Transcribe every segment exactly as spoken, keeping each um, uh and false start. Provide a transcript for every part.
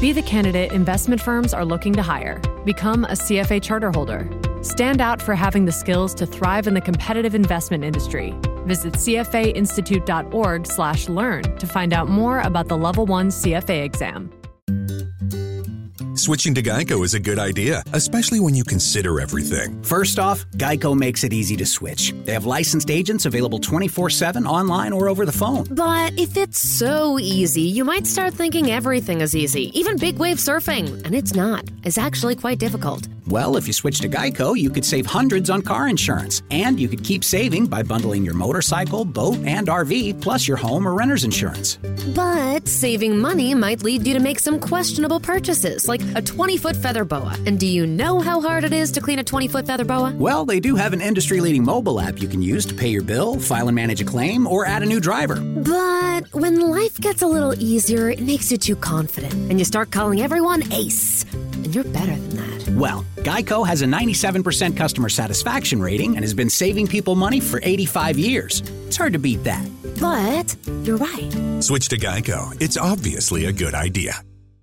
Be the candidate investment firms are looking to hire. Become a C F A charter holder. Stand out for having the skills to thrive in the competitive investment industry. Visit cfainstitute.org slash learn to find out more about the Level one C F A exam. Switching to Geico is a good idea, especially when you consider everything. First off, Geico makes it easy to switch. They have licensed agents available twenty-four seven online or over the phone. But if it's so easy, you might start thinking everything is easy, even big wave surfing. And it's not. It's actually quite difficult. Well, if you switch to Geico, you could save hundreds on car insurance. And you could keep saving by bundling your motorcycle, boat, and R V, plus your home or renter's insurance. But saving money might lead you to make some questionable purchases, like a twenty-foot feather boa. And do you know how hard it is to clean a twenty-foot feather boa? Well, they do have an industry-leading mobile app you can use to pay your bill, file and manage a claim, or add a new driver. But when life gets a little easier, it makes you too confident, and you start calling everyone Ace. And you're better than that. Well, Geico has a ninety-seven percent customer satisfaction rating and has been saving people money for eighty-five years. It's hard to beat that. But you're right. Switch to Geico. It's obviously a good idea.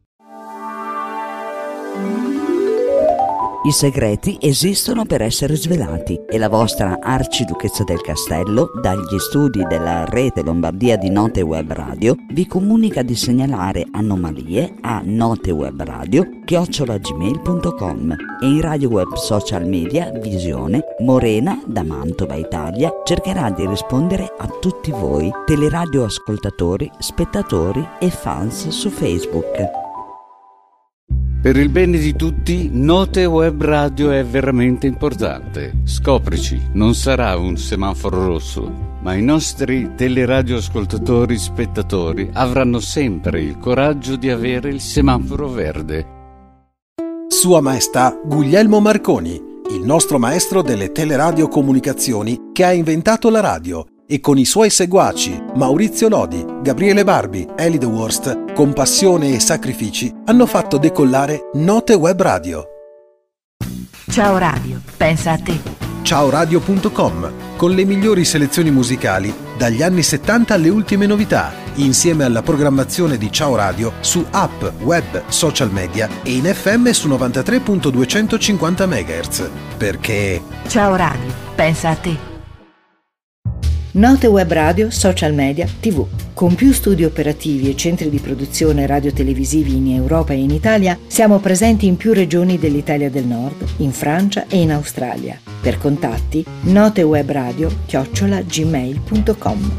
I segreti esistono per essere svelati e la vostra arciduchessa del castello, dagli studi della rete Lombardia di Note Web Radio, vi comunica di segnalare anomalie a notewebradio chiocciola gmail punto com e in radio web social media Visione, Morena da Mantova Italia cercherà di rispondere a tutti voi, teleradio ascoltatori, spettatori e fans su Facebook. Per il bene di tutti, Note Web Radio è veramente importante. Scoprici, non sarà un semaforo rosso, ma i nostri teleradioascoltatori spettatori avranno sempre il coraggio di avere il semaforo verde. Sua Maestà Guglielmo Marconi, il nostro maestro delle teleradiocomunicazioni che ha inventato la radio, e con i suoi seguaci Maurizio Lodi, Gabriele Barbi, Eli The Worst, con passione e sacrifici hanno fatto decollare Note Web Radio. Ciao Radio, pensa a te. ciao radio punto com, con le migliori selezioni musicali dagli anni settanta alle ultime novità, insieme alla programmazione di Ciao Radio su app, web, social media e in F M su novantatré virgola duecentocinquanta megahertz. Perché Ciao Radio, pensa a te. Note Web Radio, social media, tivù. Con più studi operativi e centri di produzione radiotelevisivi in Europa e in Italia, siamo presenti in più regioni dell'Italia del Nord, in Francia e in Australia. Per contatti, notewebradio chiocciola gmail punto com.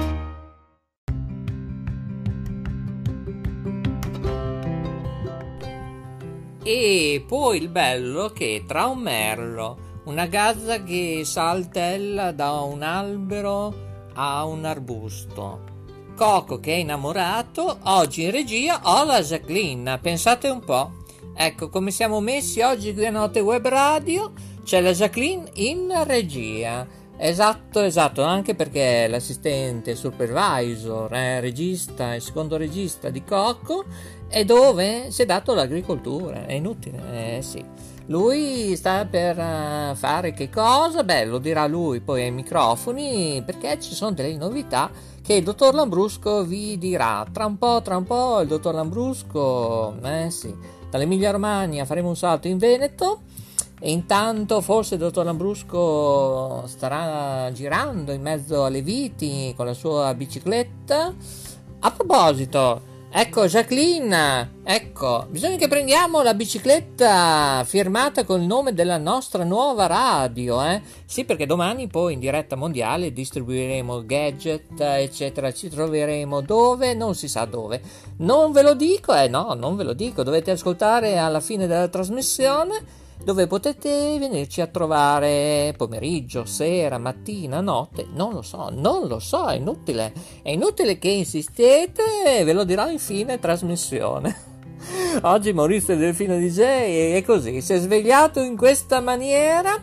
E poi il bello che tra un merlo, una gazza che saltella da un albero a un arbusto, Coco che è innamorato, oggi in regia ho la Jacqueline, pensate un po'. Ecco come siamo messi oggi qui a Note Web Radio, c'è la Jacqueline in regia. Esatto, esatto, anche perché l'assistente supervisor, eh, regista e secondo regista di Coco, è dove si è dato l'agricoltura, è inutile, eh sì. Lui sta per uh, fare che cosa? Beh, lo dirà lui poi ai microfoni, perché ci sono delle novità che il dottor Lambrusco vi dirà. Tra un po', tra un po' il dottor Lambrusco, eh sì, dall'Emilia Romagna faremo un salto in Veneto e intanto forse il dottor Lambrusco starà girando in mezzo alle viti con la sua bicicletta. A proposito, ecco Jacqueline, ecco, bisogna che prendiamo la bicicletta firmata col nome della nostra nuova radio, eh? Sì, perché domani poi in diretta mondiale distribuiremo gadget, eccetera, ci troveremo dove? Non si sa dove. Non ve lo dico, eh no, non ve lo dico, dovete ascoltare alla fine della trasmissione, dove potete venirci a trovare pomeriggio, sera, mattina, notte, non lo so, non lo so, è inutile, è inutile che insistete, ve lo dirò in fine trasmissione. Oggi Maurizio Delfino D J è così, si è svegliato in questa maniera.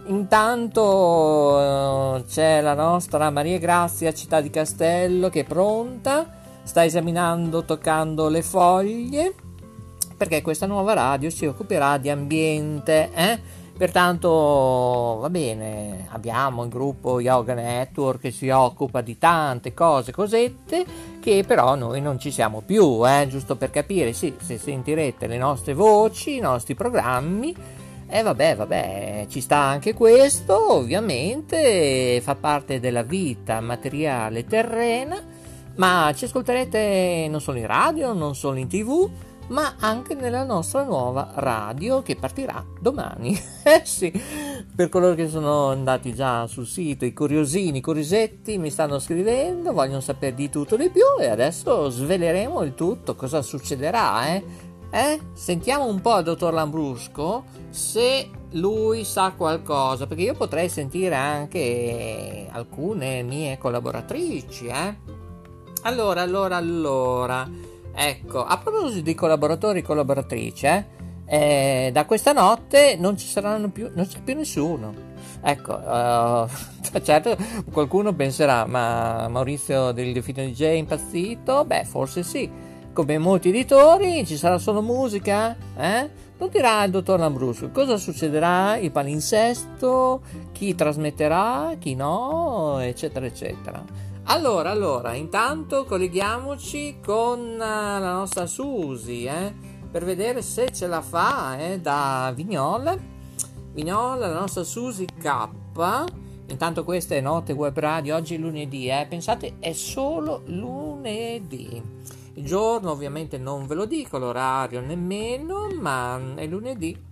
Intanto eh, c'è la nostra Maria Grazia Città di Castello che è pronta, sta esaminando, toccando le foglie, perché questa nuova radio si occuperà di ambiente, eh? Pertanto va bene, abbiamo il gruppo Yoga Network che si occupa di tante cose, cosette, che però noi non ci siamo più, eh, giusto per capire. Sì, se sentirete le nostre voci, i nostri programmi, e eh, vabbè, vabbè, ci sta anche questo, ovviamente, fa parte della vita materiale terrena, ma ci ascolterete non solo in radio, non solo in tv, ma anche nella nostra nuova radio che partirà domani. Eh sì, per coloro che sono andati già sul sito, i curiosini, i curiosetti mi stanno scrivendo, vogliono sapere di tutto di più e adesso sveleremo il tutto, cosa succederà, eh? Eh? Sentiamo un po' il dottor Lambrusco se lui sa qualcosa, perché io potrei sentire anche alcune mie collaboratrici, eh? Allora, allora, allora... Ecco, a proposito di collaboratori e collaboratrici, eh, eh, da questa notte non ci saranno più, non c'è più nessuno. Ecco, uh, certo, qualcuno penserà, ma Maurizio del Delfino D J è impazzito? Beh, forse sì. Come molti editori, ci sarà solo musica? Eh? Lo dirà il dottor Lambrusco. Cosa succederà? Il palinsesto? Chi trasmetterà? Chi no? Eccetera, eccetera. Allora, allora, intanto colleghiamoci con la nostra Susi, eh, per vedere se ce la fa, eh, da Vignola. Vignola, la nostra Susi K. Intanto questa è Note Web Radio, oggi è lunedì, eh, pensate, è solo lunedì. Il giorno ovviamente non ve lo dico, l'orario nemmeno, ma è lunedì.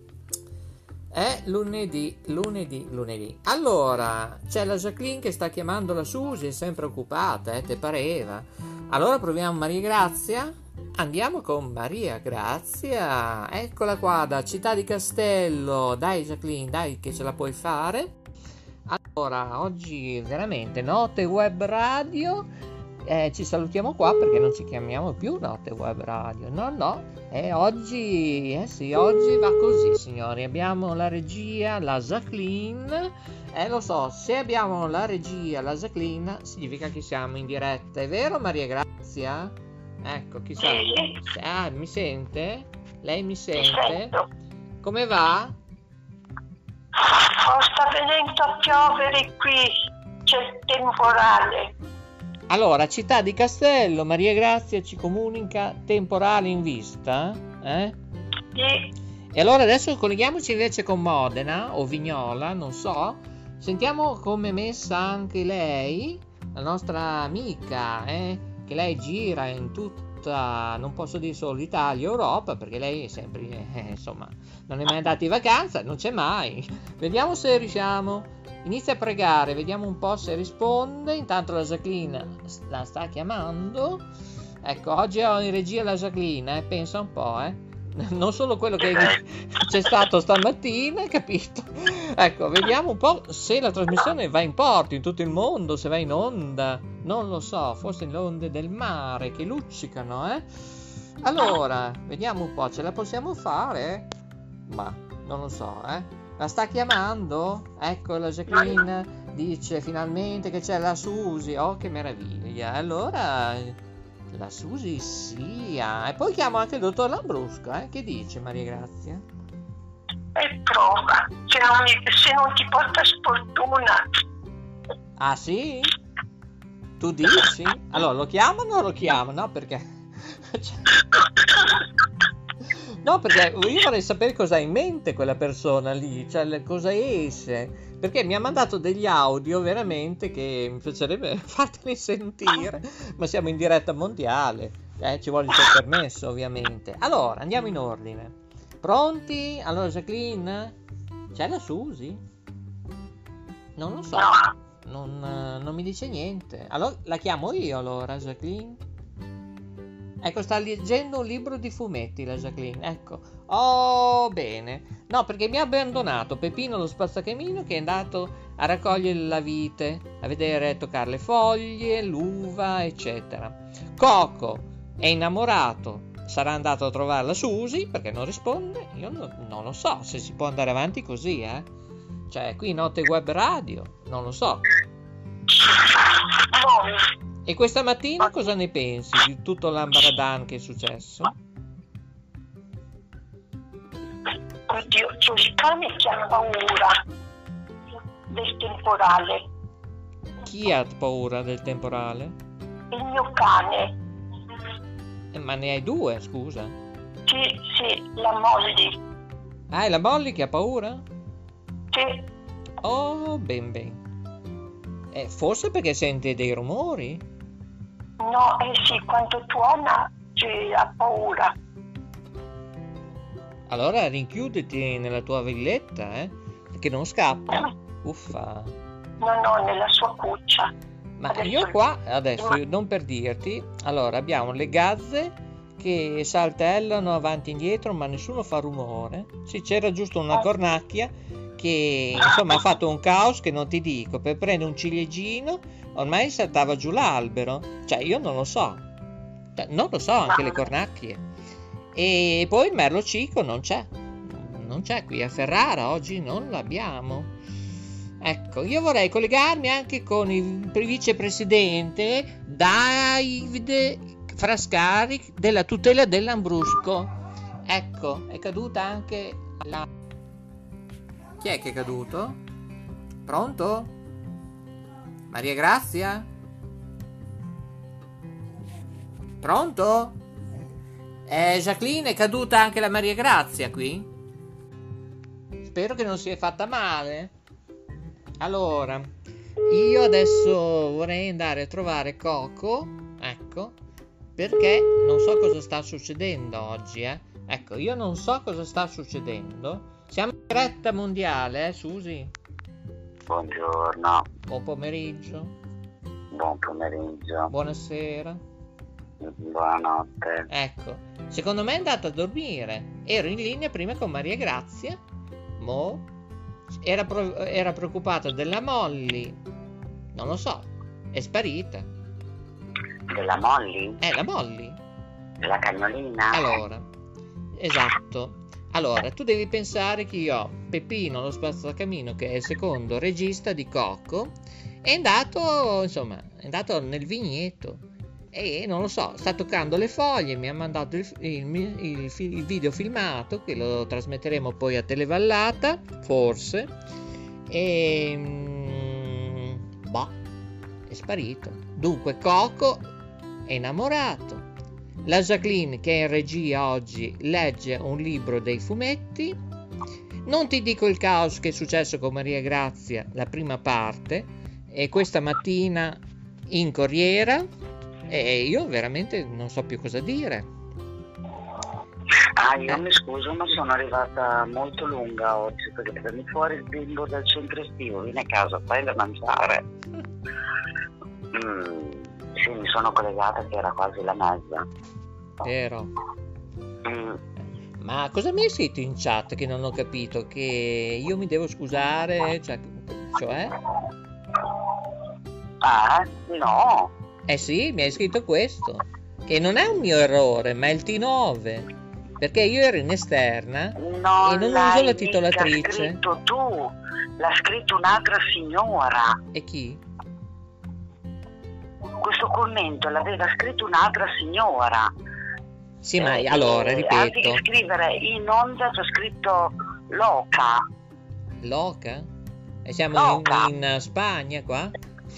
È lunedì, lunedì, lunedì. Allora, c'è la Jacqueline che sta chiamando la Susi, è sempre occupata, eh, te pareva. Allora proviamo Maria Grazia. Andiamo con Maria Grazia. Eccola qua, da Città di Castello. Dai Jacqueline, dai che ce la puoi fare. Allora, oggi veramente Note Web Radio. Eh, ci salutiamo qua perché non ci chiamiamo più Note Web Radio, no no, e eh, oggi, eh sì, oggi va così signori, abbiamo la regia, la Jacqueline, eh lo so, se abbiamo la regia, la Jacqueline, significa che siamo in diretta, è vero Maria Grazia? Ecco, chissà, sì. Ah, mi sente? Lei mi sente? Come va? Oh, sta venendo a piovere qui, c'è il temporale. Allora, Città di Castello, Maria Grazia ci comunica temporale in vista, eh? Sì. E allora adesso colleghiamoci invece con Modena o Vignola, non so. Sentiamo come è messa anche lei, la nostra amica, eh? Che lei gira in tutta, non posso dire solo l'Italia, Europa, perché lei è sempre, eh, insomma, non è mai andata in vacanza, non c'è mai. Vediamo se riusciamo. Inizia a pregare, vediamo un po' se risponde. Intanto la Jacqueline la sta chiamando. Ecco, oggi ho in regia la Jacqueline, eh, pensa un po', eh. Non solo quello che c'è stato stamattina, capito? Ecco, vediamo un po' se la trasmissione va in porto in tutto il mondo, se va in onda. Non lo so, forse le onde del mare che luccicano, eh. Allora, vediamo un po', ce la possiamo fare? Ma, non lo so, eh. La sta chiamando? Ecco, la Jacqueline dice finalmente che c'è la Susi. Oh, che meraviglia. Allora, la Susi sia. E poi chiamo anche il dottor Lambrusco, eh? Che dice Maria Grazia? E prova, se non, se non ti porta sfortuna. Ah, sì? Tu dici? Allora, lo chiamano o lo chiamano? No, perché... No, perché io vorrei sapere cosa ha in mente quella persona lì, cioè cosa esce, perché mi ha mandato degli audio veramente che mi piacerebbe farteli sentire, ma siamo in diretta mondiale, eh, ci vuole il suo permesso ovviamente. Allora, andiamo in ordine. Pronti? Allora Jacqueline? C'è la Susi? Non lo so, non, non mi dice niente. Allora la chiamo io allora Jacqueline? Ecco, sta leggendo un libro di fumetti la Jacqueline, ecco. Oh, bene. No, perché mi ha abbandonato Peppino lo spazzacamino che è andato a raccogliere la vite, a vedere, toccare le foglie, l'uva, eccetera. Coco è innamorato, sarà andato a trovare la Susi perché non risponde. Io no, non lo so se si può andare avanti così, eh. Cioè, qui Note Web Radio, non lo so. E questa mattina cosa ne pensi di tutto l'ambaradan che è successo? Oddio, c'è il cane che ha paura del temporale. Chi ha paura del temporale? Il mio cane. Eh, ma ne hai due, scusa? Sì, sì, la Molly. Ah, è la Molly che ha paura? Sì. Oh, ben ben. Eh, forse perché sente dei rumori? No, eh sì, quando tuona c'è, ha paura. Allora rinchiuditi nella tua villetta, eh? Perché non scappa. Uffa. No, no, nella sua cuccia. Ma Adesso- io qua, adesso, Ma- non per dirti, allora abbiamo le gazze che saltellano avanti e indietro, ma nessuno fa rumore. Sì, c'era giusto una cornacchia che, insomma, ha fatto un caos che non ti dico. Per prendere un ciliegino, ormai saltava giù l'albero. Cioè, io non lo so. Cioè, non lo so, anche le cornacchie. E poi il merlo cico non c'è. Non c'è qui a Ferrara, oggi non l'abbiamo. Ecco, io vorrei collegarmi anche con il vicepresidente Davide Frascari della tutela dell'Ambrusco. Ecco, è caduta anche la... Chi è che è caduto? Pronto? Maria Grazia? Pronto? Eh, Jacqueline, è caduta anche la Maria Grazia qui? Spero che non si è fatta male. Allora, io adesso vorrei andare a trovare Coco, ecco, perché non so cosa sta succedendo oggi, eh. Ecco, io non so cosa sta succedendo. Siamo in diretta mondiale, eh, Susi? Buongiorno. Buon pomeriggio. Buon pomeriggio. Buonasera. Buonanotte. Ecco, secondo me è andata a dormire. Ero in linea prima con Maria Grazia. Mo era, pro- era preoccupata della Molly. Non lo so, è sparita. Della Molly? Eh, la Molly. La cagnolina? Allora, esatto. Allora, tu devi pensare che io ho Peppino lo spazzacamino, che è il secondo regista di Coco, è andato, insomma, è andato nel vigneto e non lo so, sta toccando le foglie, mi ha mandato il, il, il, il video filmato che lo trasmetteremo poi a Televallata, forse, e mm, boh, è sparito. Dunque Coco è innamorato. La Jacqueline, che è in regia oggi, legge un libro dei fumetti. Non ti dico il caos che è successo con Maria Grazia, la prima parte, e questa mattina in Corriera, e io veramente non so più cosa dire. Ah, io eh. mi scuso, ma sono arrivata molto lunga oggi perché per venire fuori il bimbo del centro estivo, vieni a casa, fai da mangiare. Mm, sì, mi sono collegata che era quasi la mezza. Vero. Mm. Ma cosa mi hai scritto in chat che non ho capito? Che io mi devo scusare? Cioè? cioè? Ah, no. Eh sì, mi hai scritto questo. Che non è un mio errore, ma è il T nove. Perché io ero in esterna non e non l'hai uso la titolatrice. L'ha scritto tu, l'ha scritto un'altra signora. E chi? Questo commento l'aveva scritto un'altra signora. Sì, ma eh, allora, ripeto. Anziché scrivere in onda c'è scritto Loca. Loca? E siamo Loca. In, in Spagna qua?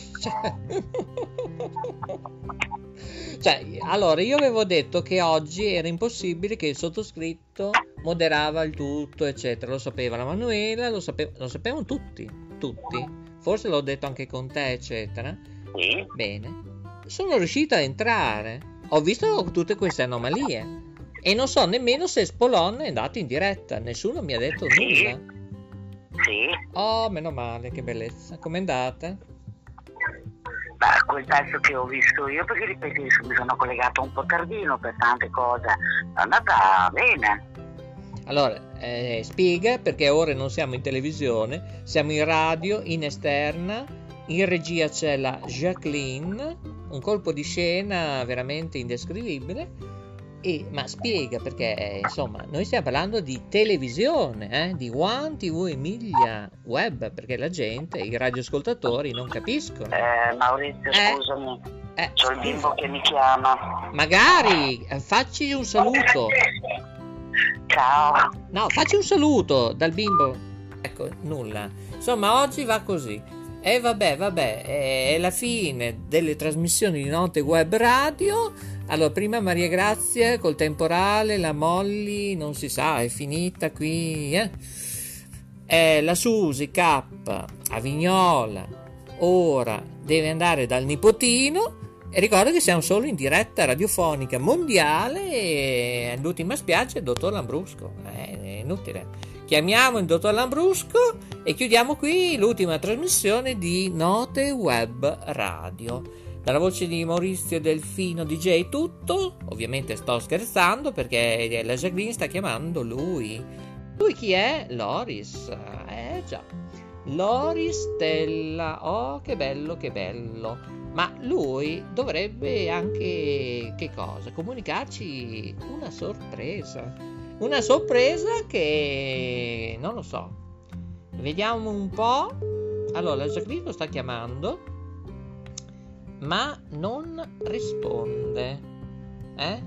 Cioè, allora io avevo detto che oggi era impossibile, che il sottoscritto moderava il tutto, eccetera. Lo sapeva la Manuela, lo, sape- lo sapevano tutti, tutti. Forse l'ho detto anche con te, eccetera. Sì. Bene. Sono riuscita a entrare. Ho visto tutte queste anomalie e non so nemmeno se Spolon è andato in diretta. Nessuno mi ha detto sì. nulla. Sì. Oh, meno male, che bellezza. Com'è andata? Beh, quel pezzo che ho visto io, perché ripeto, mi sono collegato un po' tardino per tante cose, è andata bene. Allora, eh, spiega perché ora non siamo in televisione, siamo in radio, in esterna, in regia c'è la Jacqueline, un colpo di scena veramente indescrivibile. E, ma spiega perché, insomma, noi stiamo parlando di televisione, eh? Di One T V Emilia Web, perché la gente, i radioascoltatori non capiscono. Eh, Maurizio, eh, scusami, eh, c'ho il bimbo che mi chiama. Magari, facci un saluto. Ciao. No, facci un saluto dal bimbo. Ecco, nulla. Insomma, oggi va così. E vabbè, vabbè, è la fine delle trasmissioni di Note Web Radio. Allora, prima Maria Grazia col temporale, la Molly, non si sa, è finita qui, eh? Eh, la Susi K a Vignola ora deve andare dal nipotino. E ricordo che siamo solo in diretta radiofonica mondiale e l'ultima spiaggia è il dottor Lambrusco. Eh, è inutile. Chiamiamo il dottor Lambrusco e chiudiamo qui l'ultima trasmissione di Note Web Radio. Dalla voce di Maurizio Delfino D J tutto. Ovviamente sto scherzando perché la Jacqueline sta chiamando lui. Lui chi è? Loris. Eh già. Loris Stella. Oh, che bello, che bello. Ma lui dovrebbe anche, che cosa? Comunicarci una sorpresa. Una sorpresa che non lo so. Vediamo un po'. Allora, la Jacqueline lo sta chiamando, ma non risponde. Eh?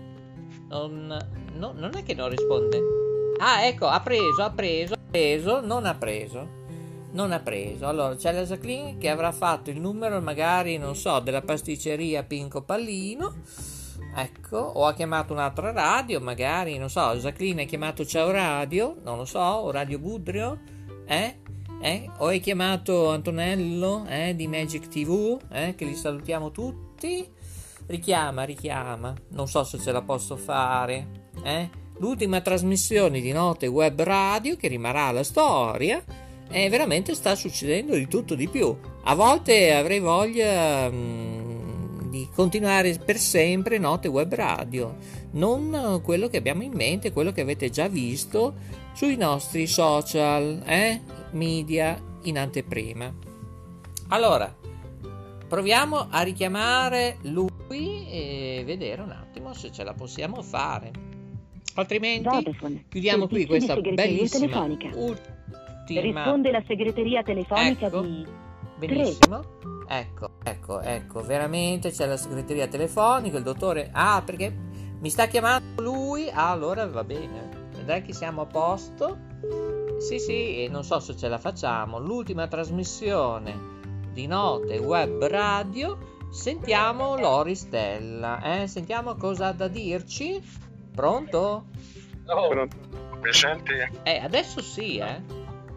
Non, no, non è che non risponde. Ah, ecco, ha preso, ha preso, ha preso, non ha preso. Non ha preso. Allora c'è la Jacqueline che avrà fatto il numero magari, non so, della pasticceria Pinco Pallino, ecco, o ha chiamato un'altra radio, magari, non so, Jacqueline ha chiamato Ciao Radio, non lo so, o Radio Budrio, eh? Eh? O hai chiamato Antonello, eh, di Magic tivù, eh, che li salutiamo tutti. Richiama, richiama, non so se ce la posso fare, eh? L'ultima trasmissione di Note Web Radio che rimarrà alla storia. E veramente sta succedendo di tutto di più. A volte avrei voglia mh, di continuare per sempre Note Web Radio, non quello che abbiamo in mente, quello che avete già visto sui nostri social eh? media in anteprima. Allora, proviamo a richiamare lui e vedere un attimo se ce la possiamo fare. Altrimenti Vodafone. Chiudiamo qui questa bellissima ultima. Risponde la segreteria telefonica ecco, di benissimo tre. ecco ecco ecco veramente c'è la segreteria telefonica, il dottore, ah perché mi sta chiamando lui, ah, allora va bene, vedrai che siamo a posto. Sì sì, e non so se ce la facciamo. L'ultima trasmissione di Note Web Radio, sentiamo Lori Stella, eh? Sentiamo cosa ha da dirci. Pronto? Oh. Mi senti? Eh adesso sì, eh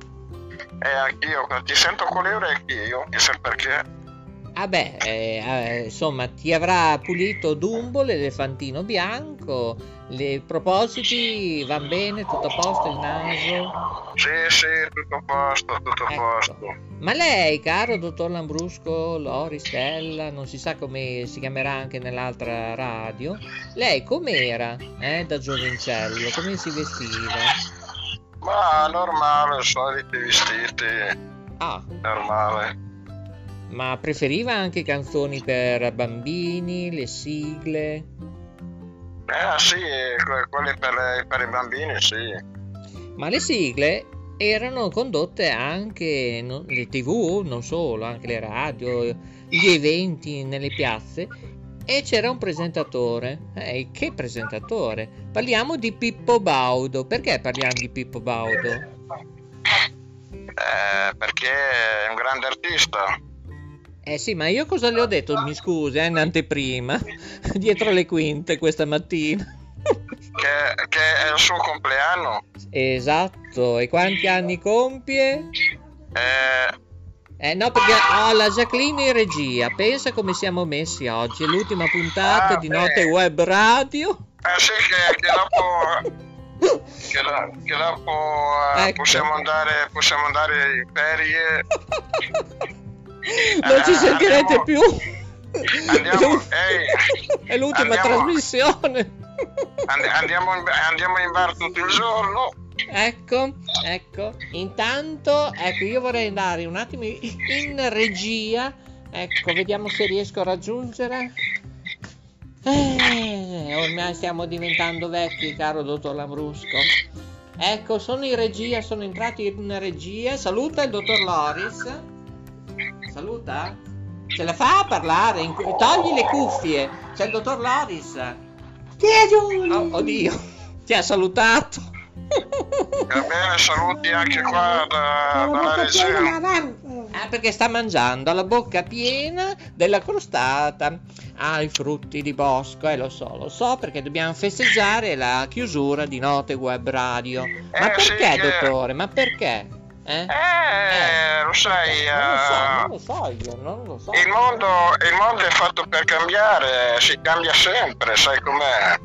Eh, anch'io, ti sento con l'euro anch'io, chissà perché. Vabbè, eh, eh, insomma, ti avrà pulito Dumbo, l'elefantino bianco, i propositi van bene, tutto a posto, il naso? Sì, sì, tutto a posto, tutto a ecco. posto. Ma lei, caro dottor Lambrusco, Lori Stella, non si sa come si chiamerà anche nell'altra radio, lei com'era, eh, da giovincello, come si vestiva? Ma normale, soliti vestiti. Ah. Normale. Ma preferiva anche canzoni per bambini, le sigle? Eh sì, quelle per, per i bambini, sì. Ma le sigle erano condotte anche no, le tivù, non solo, anche le radio, gli eventi nelle piazze. E c'era un presentatore. Eh, che presentatore? Parliamo di Pippo Baudo. Perché parliamo di Pippo Baudo? Eh, perché è un grande artista. Eh sì, ma io cosa le ho detto? Mi scusi, eh, in anteprima, dietro le quinte questa mattina. Che, che è il suo compleanno. Esatto, e quanti anni compie? Eh... Eh no, perché ho oh, la Jacqueline in regia. Pensa come siamo messi oggi. È l'ultima puntata ah, di beh. Note Web Radio. Eh sì, che, che dopo che, la, che dopo eh, ecco. possiamo andare possiamo andare in ferie. Non eh, ci sentirete andiamo, più. Andiamo, ehi, è l'ultima andiamo, trasmissione. Andiamo in, andiamo in bar tutto il giorno. Ecco, ecco. Intanto, ecco, io vorrei andare un attimo in regia. Ecco, vediamo se riesco a raggiungere. Eh, ormai stiamo diventando vecchi, caro dottor Lambrusco. Ecco, sono in regia, sono entrati in regia. Saluta il dottor Loris. Saluta. Ce la fa a parlare? Togli le cuffie. C'è il dottor Loris. Chi è Giulio? Oh, oddio. Ti ha salutato. Va bene, saluti anche qua da, dalla regia. Ah, perché sta mangiando alla bocca piena della crostata. Ah, i frutti di bosco, eh, lo so, lo so, perché dobbiamo festeggiare la chiusura di Note Web Radio. Ma Eh, perché, sì, che- dottore? Ma perché? Eh? Eh, lo sai, Non lo so, eh, non lo so io, non lo so. il mondo, il mondo è fatto per cambiare, si cambia sempre, sai com'è?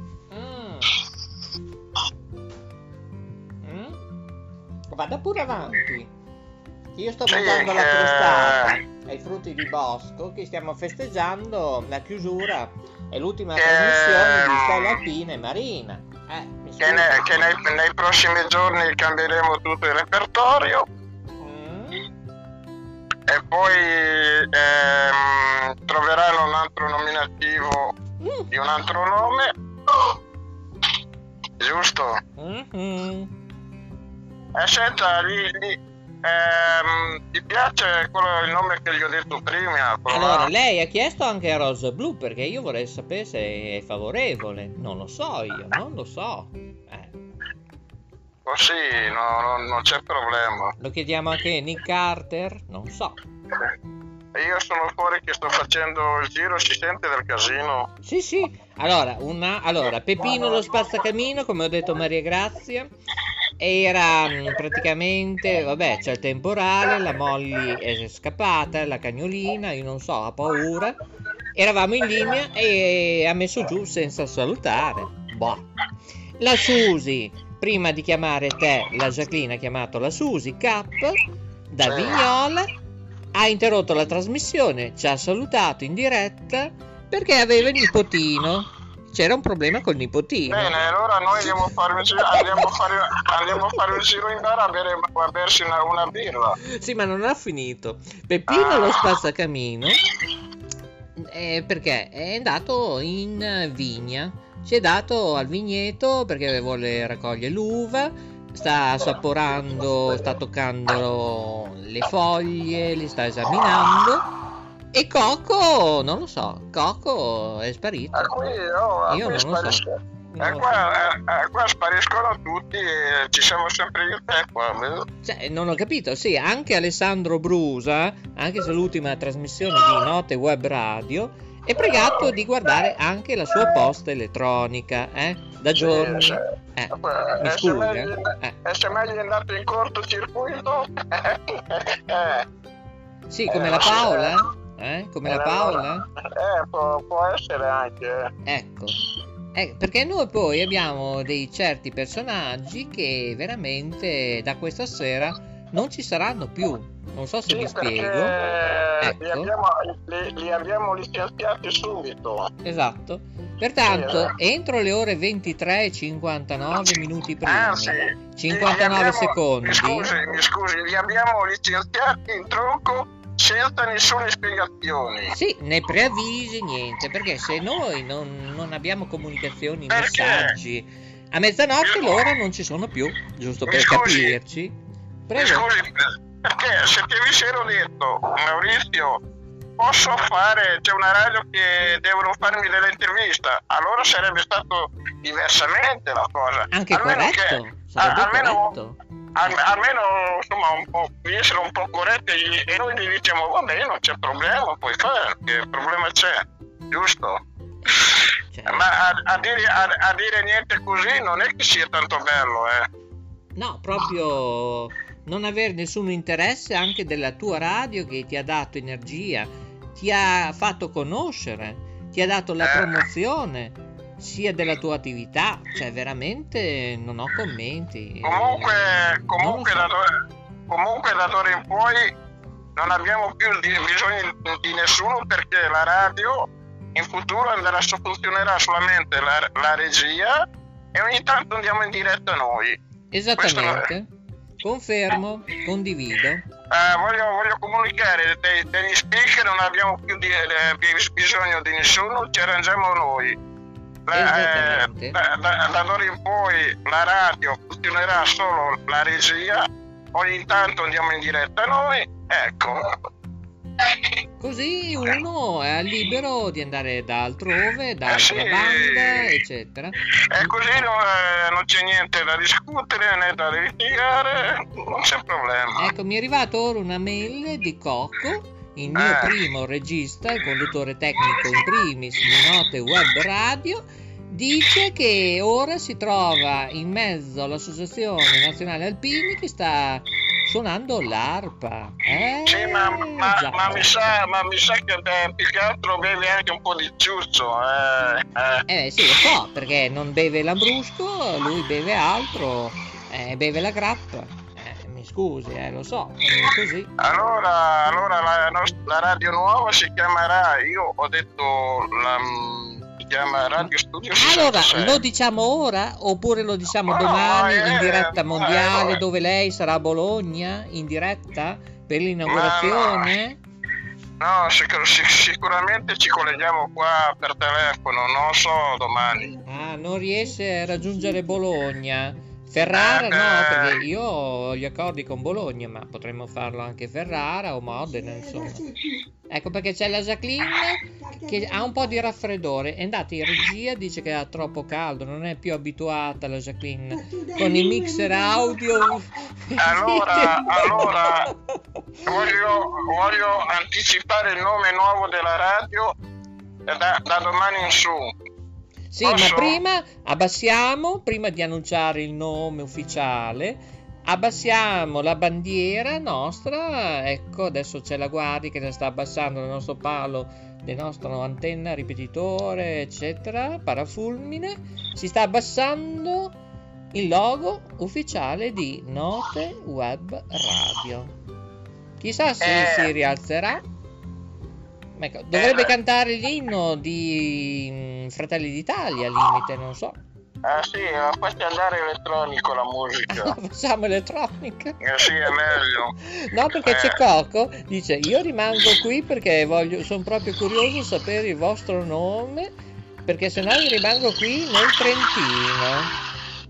Vada pure avanti. Io sto Sì, mangiando la che- crostata e i frutti di bosco, che stiamo festeggiando la chiusura e l'ultima Che- trasmissione di Stella Alpina e Marina. Eh, mi Che, scusi. ne- che nei, nei prossimi giorni cambieremo tutto il repertorio e poi ehm, troveranno un altro nominativo di un altro nome, giusto? Mhm. Eh, senta, gli, gli- ehm, ti piace quello, il nome che gli ho detto prima? quello là? Allora, lei ha chiesto anche a Rosa Blu, perché io vorrei sapere se è favorevole. Non lo so io, non lo so. Oh, sì, no, no, non c'è problema. Lo chiediamo anche a Nick Carter? Non so. Io sono fuori che sto facendo il giro, si sente del casino? Sì, sì. Allora, una, allora Peppino lo spazzacamino, come ho detto Maria Grazia, era mh, praticamente, vabbè, c'è il temporale, la Molly è scappata, la cagnolina, io non so, ha paura. Eravamo in linea e ha messo giù senza salutare. Boh. La Susi, prima di chiamare te, la Jacqueline ha chiamato la Susi Cap da Vignola, ha interrotto la trasmissione, ci ha salutato in diretta perché aveva il nipotino. C'era un problema col nipotino. Bene, allora noi andiamo a fare un giro, andiamo a fare, andiamo a fare un giro in bar a, bere, a bersi una, una birra. Sì, ma non ha finito. Peppino lo spazzacamino eh, perché è andato in vigna. Si è dato al vigneto perché vuole raccogliere l'uva, sta assaporando, sta toccando le foglie, li sta esaminando. E Coco, non lo so, Coco è sparito. Ah, qui, oh, Io qui non lo so. sparisco- eh, qua, eh, eh, qua spariscono tutti e ci siamo sempre io e te qua. vedo? Cioè, non ho capito, sì, anche Alessandro Brusa, anche se l'ultima trasmissione di Note Web Radio, è pregato di guardare anche la sua posta elettronica, eh, da giorni. Sì, Eh, Eh, mi se scusi, meglio, eh. eh, se meglio è andato in cortocircuito. eh, Sì, come eh, la sì. Paola? Eh, come la Eh, Paola? Eh, può, può essere anche. Ecco. Eh, perché noi poi abbiamo dei certi personaggi che veramente da questa sera non ci saranno più. Non so se Sì, mi spiego. perché li, Ecco. abbiamo, li, li abbiamo licenziati subito. Esatto. Pertanto, Sì, entro le ore ventitré e cinquantanove minuti prima, Anzi, cinquantanove li abbiamo- secondi. Mi scusi, mi scusi, li abbiamo licenziati in tronco senza nessuna spiegazione. Sì, né preavvisi, niente, perché se noi non, non abbiamo comunicazioni, Perché? messaggi, a mezzanotte loro non ci sono più, giusto Mi per scusi. capirci. Mi Prego. scusi, perché se ti avessero detto, Maurizio, posso fare, c'è una radio che devono farmi dell'intervista, allora sarebbe stato diversamente la cosa. Anche Almeno corretto, che- sarebbe a- almeno, corretto. al- almeno insomma un po' di essere un po' corretti e noi gli diciamo va bene, non c'è problema, puoi fare, che problema c'è, giusto? Ma a, a dire, a, a dire niente così non è che sia tanto bello, eh. No, proprio non avere nessun interesse anche della tua radio che ti ha dato energia, ti ha fatto conoscere, ti ha dato la Eh. promozione sia della tua attività, cioè veramente non ho commenti. Comunque, comunque, da d'ora, comunque da d'ora in poi non abbiamo più di- bisogno di, di nessuno perché la radio in futuro andrà, funzionerà solamente la, la regia e ogni tanto andiamo in diretta noi. Esattamente, confermo, condivido. Eh, voglio, voglio comunicare dei, degli speaker, non abbiamo più di, eh, bisogno di nessuno, ci arrangiamo noi. La, eh, Esattamente. da, da, da d'ora in poi la radio funzionerà solo la regia, ogni tanto andiamo in diretta noi, ecco. Così uno è libero di andare da altrove, da altra eh sì. banda, eccetera. E così non, non c'è niente da discutere né da litigare, non c'è problema. Ecco, mi è arrivato ora una mail di Cocco, il mio eh. primo regista, il conduttore tecnico in primis di Note Web Radio. Dice che ora si trova in mezzo all'Associazione Nazionale Alpini che sta suonando l'arpa. Eh, sì, ma, ma, ma, mi sa, ma mi sa che beh, più che altro beve anche un po' di ciuccio. Eh, eh. eh sì, lo so, perché non beve l'ambrusco, lui beve altro, eh, beve la grappa. Eh, mi scusi, eh, lo so, è così. Allora, allora la, nostra, la radio nuova si chiamerà, io ho detto la... chiama Radio Studio Allora, sessantasei. Lo diciamo ora oppure lo diciamo oh, domani eh, in diretta mondiale eh, dove lei sarà a Bologna in diretta per l'inaugurazione? No, no sicur- sic- sicuramente ci colleghiamo qua per telefono, non so domani. Ah, non riesce a raggiungere Bologna? Ferrara eh, no, perché io ho gli accordi con Bologna, ma potremmo farlo anche Ferrara o Modena, insomma. Ecco perché c'è la Jacqueline che ha un po' di raffreddore, è andata in regia, dice che ha troppo caldo, non è più abituata la Jacqueline con i mixer audio. Allora, allora voglio, voglio anticipare il nome nuovo della radio da, da domani in su. Sì, Posso? ma prima abbassiamo, prima di annunciare il nome ufficiale, abbassiamo la bandiera nostra. Ecco, adesso c'è la guardia che la sta abbassando il nostro palo, del nostro antenna, ripetitore, eccetera, parafulmine. Si sta abbassando il logo ufficiale di Note Web Radio. Chissà se eh. si rialzerà. Ecco, dovrebbe eh. cantare l'inno di Fratelli d'Italia, al limite, non so. Ah sì, ma fatti andare elettronico la musica. Facciamo elettronica? Eh sì, è meglio. No, perché eh. c'è Coco, dice, io rimango qui perché voglio, sono proprio curioso di sapere il vostro nome, perché sennò io rimango qui nel Trentino.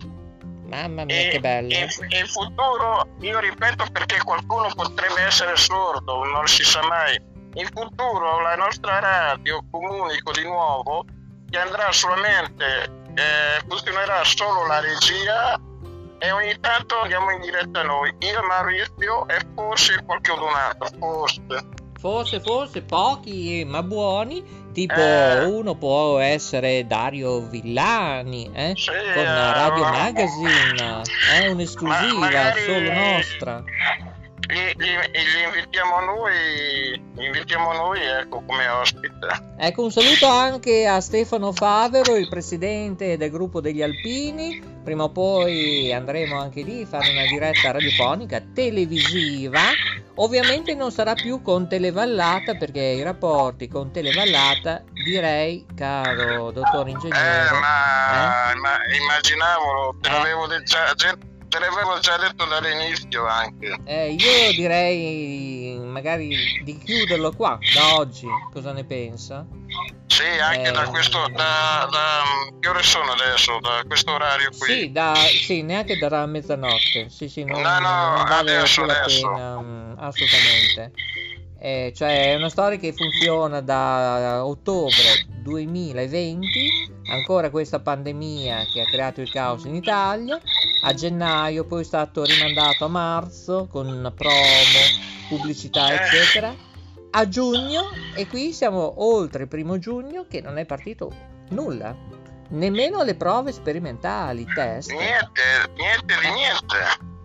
Mamma mia, e, che bello. In, in futuro, io ripeto perché qualcuno potrebbe essere sordo, non si sa mai. In futuro la nostra radio, comunico di nuovo, che andrà solamente, eh, funzionerà solo la regia e ogni tanto andiamo in diretta noi, io, Maurizio e forse qualche altro, forse. Forse, forse, pochi ma buoni, tipo eh. uno può essere Dario Villani, eh? Sì, con Radio eh, Magazine, è eh? un'esclusiva ma magari... solo nostra. Li, li, li invitiamo noi, li invitiamo noi ecco, come ospite. Ecco, un saluto anche a Stefano Favero, il presidente del gruppo degli Alpini. Prima o poi andremo anche lì a fare una diretta radiofonica televisiva. Ovviamente non sarà più con Televallata, perché i rapporti con Televallata, direi, caro dottor ingegnere, eh, ma, eh? ma immaginavo, te l'avevo già gente. Te l'avevo già detto dall'inizio anche. Eh, io direi magari di chiuderlo qua, da oggi. Cosa ne pensa? Sì, anche eh, da questo, da, da, che ore sono adesso? Da questo orario qui? Sì, da, sì neanche da mezzanotte. Sì, sì, non, no, no, non vale adesso, più la adesso. pena, assolutamente. Eh, cioè è una storia che funziona da ottobre duemilaventi, ancora questa pandemia che ha creato il caos in Italia, a gennaio poi è stato rimandato a marzo con una promo, pubblicità eccetera, a giugno, e qui siamo oltre il primo giugno che non è partito nulla, nemmeno le prove sperimentali, test. Niente, niente di niente.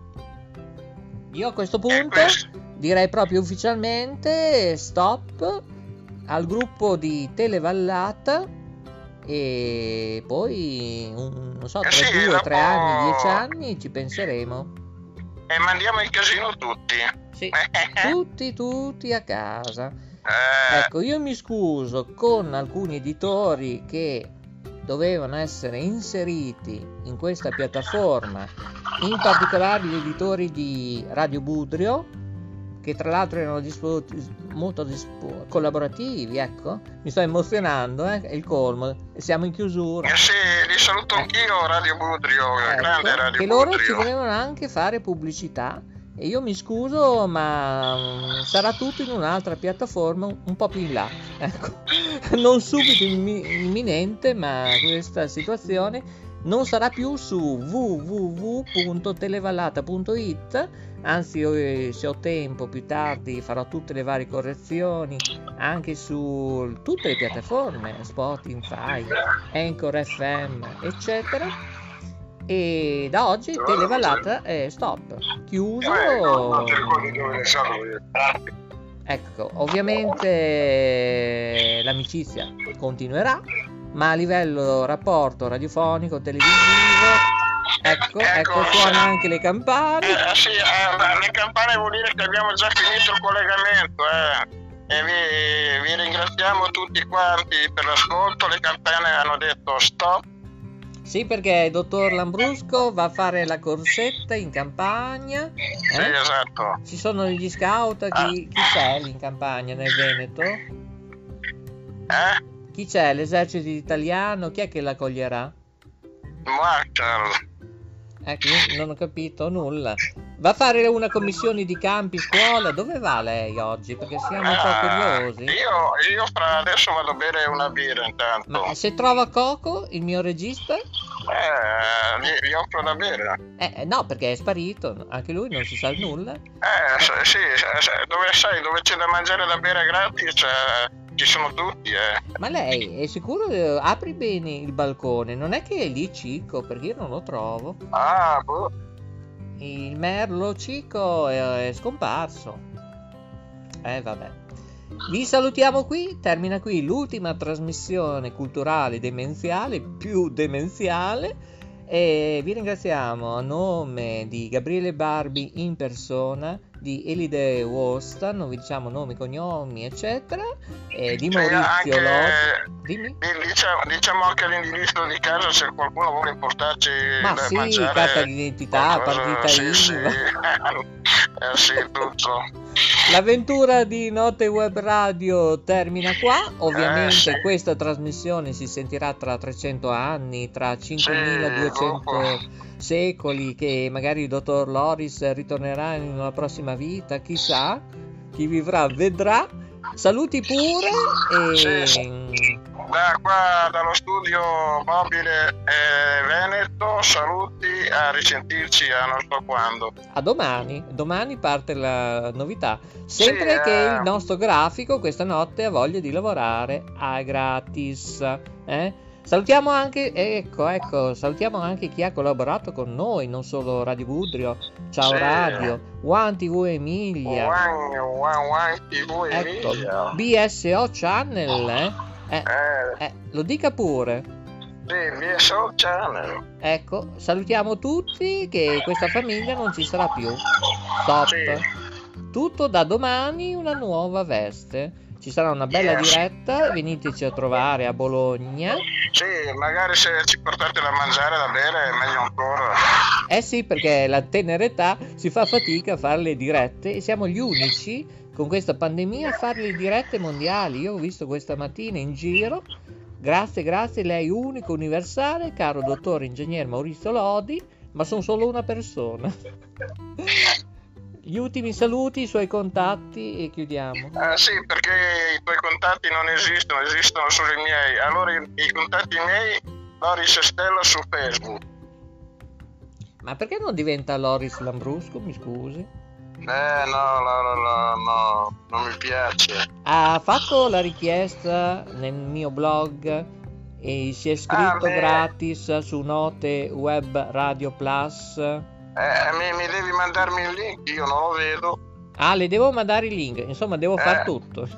Io a questo punto direi proprio ufficialmente stop al gruppo di Televallata e poi un, non so, tra eh sì, due, tre anni, dieci anni ci penseremo. E mandiamo in casino tutti. Sì, tutti, tutti a casa. Eh. Ecco, io mi scuso con alcuni editori che dovevano essere inseriti in questa piattaforma, in particolare gli editori di Radio Budrio, che tra l'altro erano dispo- molto dispo- collaborativi, ecco, mi sto emozionando, eh? È il colmo, siamo in chiusura. Eh sì, li saluto anch'io, Radio Budrio, ecco, grande Radio che Budrio. Loro ci volevano anche fare pubblicità e io mi scuso, ma sarà tutto in un'altra piattaforma un po' più in là, ecco. Non subito imminente, ma questa situazione non sarà più su w w w punto televallata punto it, anzi io, se ho tempo più tardi farò tutte le varie correzioni anche su tutte le piattaforme, Spotify, Anchor F M, eccetera. E da oggi Televallata è stop, chiuso. Ecco, ovviamente l'amicizia continuerà, ma a livello rapporto radiofonico, televisivo, ecco, ecco, ecco suona anche le campane. Eh, sì, eh, le campane vuol dire che abbiamo già finito il collegamento, eh. E vi, vi ringraziamo tutti quanti per l'ascolto. Le campane hanno detto stop. Sì, perché il dottor Lambrusco va a fare la corsetta in campagna. Eh? Sì, esatto. Ci sono gli scout, chi, ah. chi c'è lì in campagna nel Veneto? Eh? Chi c'è? L'esercito italiano? Chi è che l'accoglierà? Marshall. Ecco, non ho capito nulla. Va a fare una commissione di campi, scuola? Dove va lei oggi? Perché siamo un po' curiosi. Io, io fra adesso vado a bere una birra intanto. Ma se trova Coco, il mio regista? Eh, gli, gli offro da bere. Eh, no, perché è sparito, anche lui non si sa nulla. Eh, sì, dove sai, dove c'è da mangiare e da bere gratis, eh, ci sono tutti, eh. Ma lei è sicuro? Eh, apri bene il balcone, non è che è lì Cico, perché io non lo trovo. Ah, boh. Il merlo Cico è, è scomparso. Eh, vabbè. Vi salutiamo qui, termina qui l'ultima trasmissione culturale demenziale, più demenziale, e vi ringraziamo a nome di Gabriele Barbi in persona, di Elide Wosta, non vi diciamo nomi, cognomi, eccetera, e di Maurizio sì, Lodi. Dimmi. Diciamo, diciamo anche l'indirizzo di casa se qualcuno vuole importarci. Ma sì, mangiare, carta d'identità, partita sì, I V A. Sì, eh, sì, tutto. L'avventura di Note Web Radio termina qua. Ovviamente eh, sì. Questa trasmissione si sentirà tra trecento anni, tra cinquemiladuecento sì, secoli, che magari il dottor Loris ritornerà in una prossima vita, chissà, chi vivrà vedrà. Saluti pure e... Sì. Da qua, dallo studio mobile eh, Veneto, saluti, a risentirci a non so quando. A domani, domani parte la novità. Sempre sì, che eh... il nostro grafico questa notte ha voglia di lavorare a gratis. Eh? Salutiamo anche, ecco, ecco, salutiamo anche chi ha collaborato con noi, non solo Radio Budrio, Ciao sì. Radio, One T V Emilia, One, one, one T V ecco, Emilia. B S O Channel, eh? Eh, eh. Eh, lo dica pure. Sì, B S O Channel. Ecco, salutiamo tutti, che questa famiglia non ci sarà più. Stop. Sì. Tutto da domani, una nuova veste. Ci sarà una bella yes. diretta, veniteci a trovare a Bologna. Sì, magari se ci portate da mangiare, da bere, è meglio ancora. Eh sì, perché la tenera età si fa fatica a fare le dirette e siamo gli unici con questa pandemia a fare le dirette mondiali. Io ho visto questa mattina in giro, grazie, grazie, lei unico, universale, caro dottore ingegner Maurizio Lodi, ma sono solo una persona. Gli ultimi saluti, i suoi contatti e chiudiamo. Ah, sì, perché i tuoi contatti non esistono, esistono solo i miei. Allora i, i contatti miei, Loris Stella su Facebook. Ma perché non diventa Loris Lambrusco, mi scusi? Eh no, no, no, no, no, non mi piace. Ha fatto la richiesta nel mio blog e si è iscritto ah, gratis su Note Web Radio Plus. Eh, mi, mi devi mandarmi il link, io non lo vedo. Ah, le devo mandare il link, insomma devo eh. far tutto.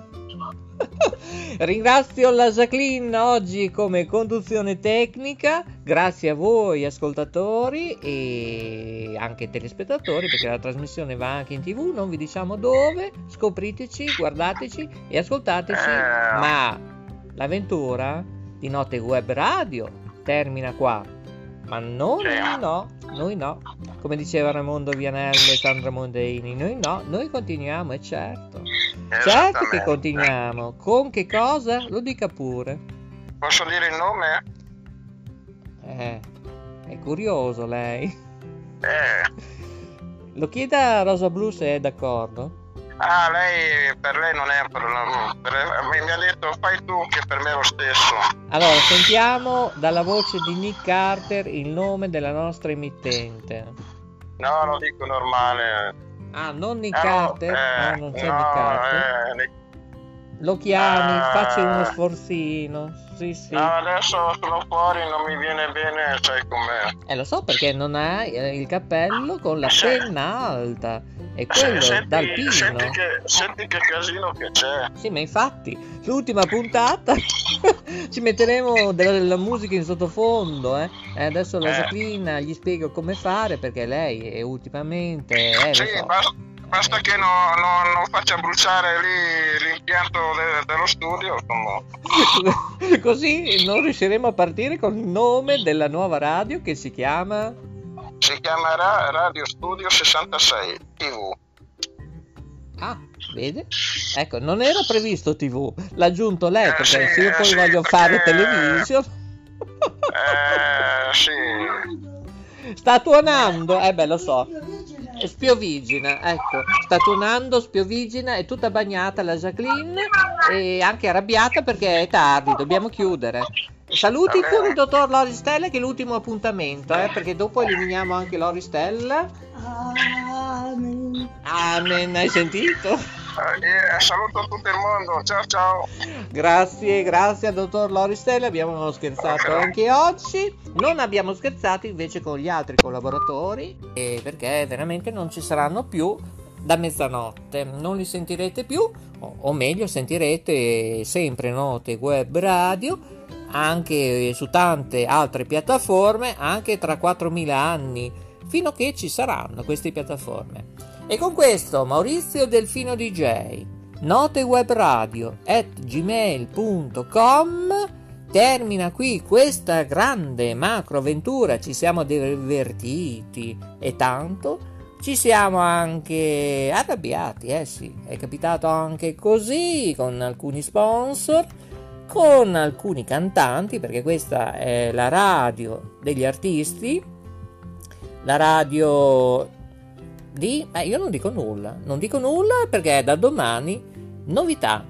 Ringrazio la Jacqueline oggi come conduzione tecnica, grazie a voi ascoltatori e anche telespettatori, perché la trasmissione va anche in tv, non vi diciamo dove, scopriteci, guardateci e ascoltateci, eh. ma l'avventura di Note Web Radio termina qua. Ma noi no, noi no, come diceva Raimondo Vianello e Sandra Mondeini, noi no, noi continuiamo, e certo, certo che continuiamo, con che cosa? Lo dica pure. Posso dire il nome? Eh, è curioso lei. Eh. Lo chieda a Rosa Blu se è d'accordo. Ah, lei, per lei non è un problema, per, mi, mi ha detto fai tu, che per me è lo stesso. Allora, sentiamo dalla voce di Nick Carter il nome della nostra emittente. No, lo dico normale. Ah, non Nick Ah, no, Carter? eh, Ah, non c'è no, Nick Carter? eh, Nick- Lo chiami, Ah. facci uno sforzino. Sì, sì. No, adesso sono fuori, non mi viene bene, sai com'è. Eh, lo so perché non hai eh, il cappello con la Sì. penna alta. E quello Senti, d'alpino. senti che, senti che casino che c'è. Sì, ma infatti, l'ultima puntata ci metteremo della, della musica in sottofondo, eh. E adesso la Eh. Jacqueline gli spiego come fare perché lei è ultimamente, eh, lo Sì, so. basta, basta che no- no- non faccia bruciare lì l'impianto de- dello studio, insomma. Così non riusciremo a partire con il nome della nuova radio che si chiama... Si chiamerà Radio Studio sessantasei tivù. Ah, vede? Ecco, non era previsto tivù, l'ha aggiunto lei, Eh, perché sì, se io eh, poi sì, voglio perché- fare television... Eh, sì. Sta tuonando, eh beh lo so, è spiovigina, ecco, sta tuonando, spiovigina, è tutta bagnata la Jacqueline e anche arrabbiata perché è tardi, dobbiamo chiudere. Saluti con il dottor Loristella che è l'ultimo appuntamento, eh, perché dopo eliminiamo anche Loristella. Amen, hai sentito? Eh, saluto tutto il mondo, ciao ciao. Grazie, grazie al dottor Loristella, abbiamo scherzato anche oggi, non abbiamo scherzato invece con gli altri collaboratori, eh, perché veramente non ci saranno più da mezzanotte, non li sentirete più, o, o meglio sentirete sempre Note Web Radio, anche su tante altre piattaforme, anche tra quattromila anni, fino a che ci saranno queste piattaforme. E con questo Maurizio Delfino D J, notewebradio at gmail punto com, termina qui questa grande macro avventura. Ci siamo divertiti e tanto, ci siamo anche arrabbiati, eh sì, è capitato anche così con alcuni sponsor, con alcuni cantanti, perché questa è la radio degli artisti, la radio di... Eh, io non dico nulla, non dico nulla perché da domani novità.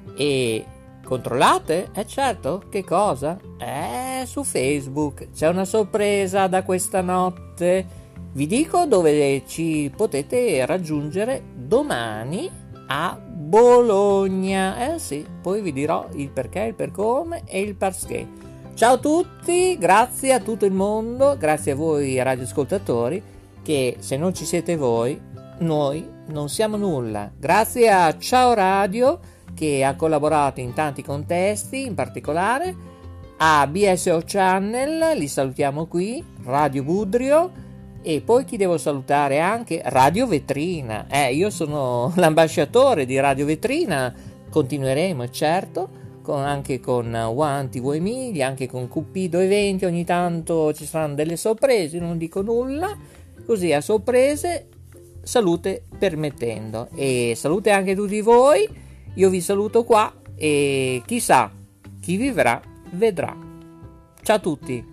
E controllate? Eh certo, che cosa? Eh, su Facebook c'è una sorpresa da questa notte. Vi dico dove ci potete raggiungere domani a Bologna. Eh sì, poi vi dirò il perché, il per come e il perché. Ciao a tutti, grazie a tutto il mondo, grazie a voi radioascoltatori, che se non ci siete voi, noi non siamo nulla. Grazie a Ciao Radio, che ha collaborato in tanti contesti, in particolare a B S O Channel, li salutiamo qui, Radio Budrio, e poi chi devo salutare anche? Radio Vetrina. Eh, io sono l'ambasciatore di Radio Vetrina, continueremo, certo, con, anche con One T V Emilia, anche con Cupido Eventi, ogni tanto ci saranno delle sorprese, non dico nulla. Così a sorprese, salute permettendo, e salute anche tutti voi. Io vi saluto qua e chissà, chi vivrà vedrà. Ciao a tutti.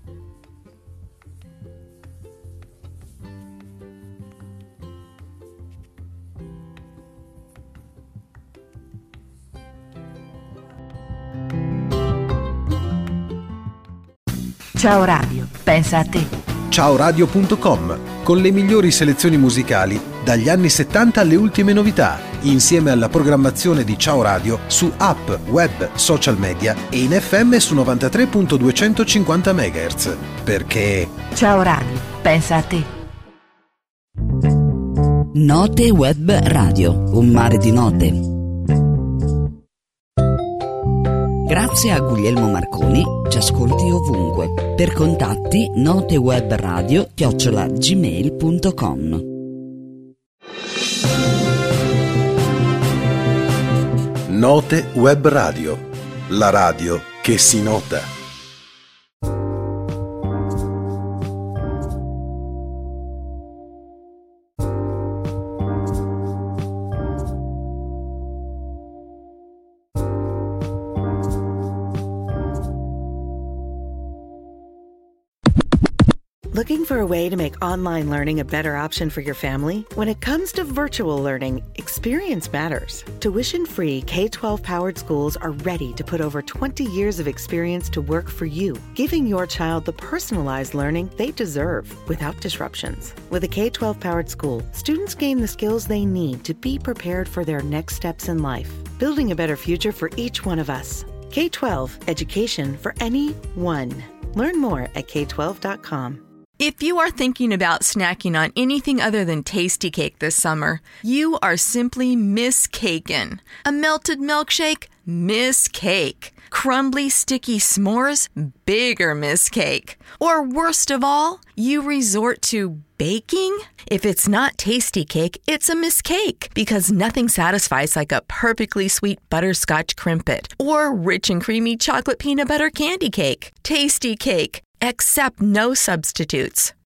Ciao Radio, pensa a te. ciao radio punto com, con le migliori selezioni musicali dagli anni settanta alle ultime novità, insieme alla programmazione di Ciao Radio su app, web, social media e in F M su novantatré virgola duecentocinquanta megahertz. Perché Ciao Radio, pensa a te. Note Web Radio, un mare di note. Grazie a Guglielmo Marconi, ci ascolti ovunque. Per contatti notewebradio chiocciola gmail punto com. Note Web Radio, la radio che si nota. Looking for a way to make online learning a better option for your family? When it comes to virtual learning, experience matters. Tuition-free K twelve powered schools are ready to put over twenty years of experience to work for you, giving your child the personalized learning they deserve without disruptions. With a K twelve powered school, students gain the skills they need to be prepared for their next steps in life, building a better future for each one of us. K twelve, education for anyone. Learn more at K twelve dot com. If you are thinking about snacking on anything other than Tasty Cake this summer, you are simply miscaken. A melted milkshake? Miss Cake. Crumbly, sticky s'mores? Bigger Miss Cake. Or worst of all, you resort to baking? If it's not Tasty Cake, it's a Miss Cake, because nothing satisfies like a perfectly sweet butterscotch crimpet or rich and creamy chocolate peanut butter candy cake. Tasty Cake. Accept no substitutes.